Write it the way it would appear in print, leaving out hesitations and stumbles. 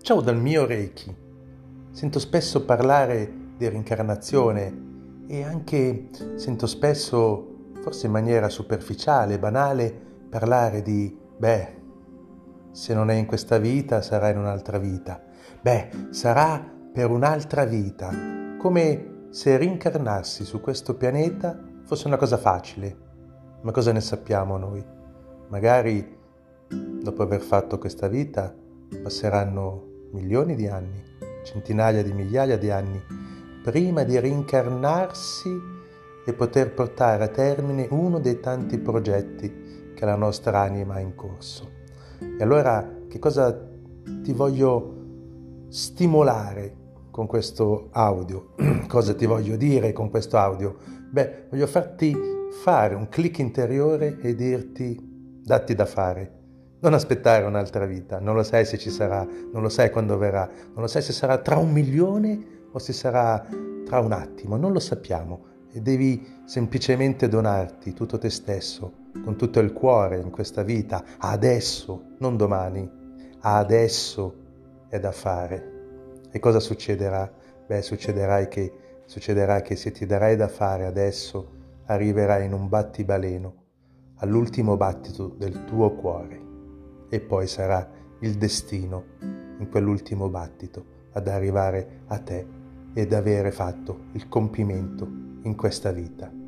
Ciao dal mio Reiki. Sento spesso parlare di reincarnazione e anche sento spesso, forse in maniera superficiale, banale, parlare di, se non è in questa vita sarà in un'altra vita. Sarà per un'altra vita, come se reincarnarsi su questo pianeta fosse una cosa facile. Ma cosa ne sappiamo noi? Magari dopo aver fatto questa vita passeranno milioni di anni, centinaia di migliaia di anni, prima di reincarnarsi e poter portare a termine uno dei tanti progetti che la nostra anima ha in corso. E allora che cosa ti voglio stimolare con questo audio? Cosa ti voglio dire con questo audio? Voglio farti fare un click interiore e datti da fare. Non aspettare un'altra vita, non lo sai se ci sarà, non lo sai quando verrà, non lo sai se sarà tra 1.000.000 o se sarà tra un attimo, non lo sappiamo e devi semplicemente donarti tutto te stesso, con tutto il cuore in questa vita, adesso, non domani, adesso è da fare. E cosa succederà? Succederà che se ti darai da fare adesso, arriverai in un battibaleno, all'ultimo battito del tuo cuore. E poi sarà il destino, in quell'ultimo battito, ad arrivare a te ed avere fatto il compimento in questa vita.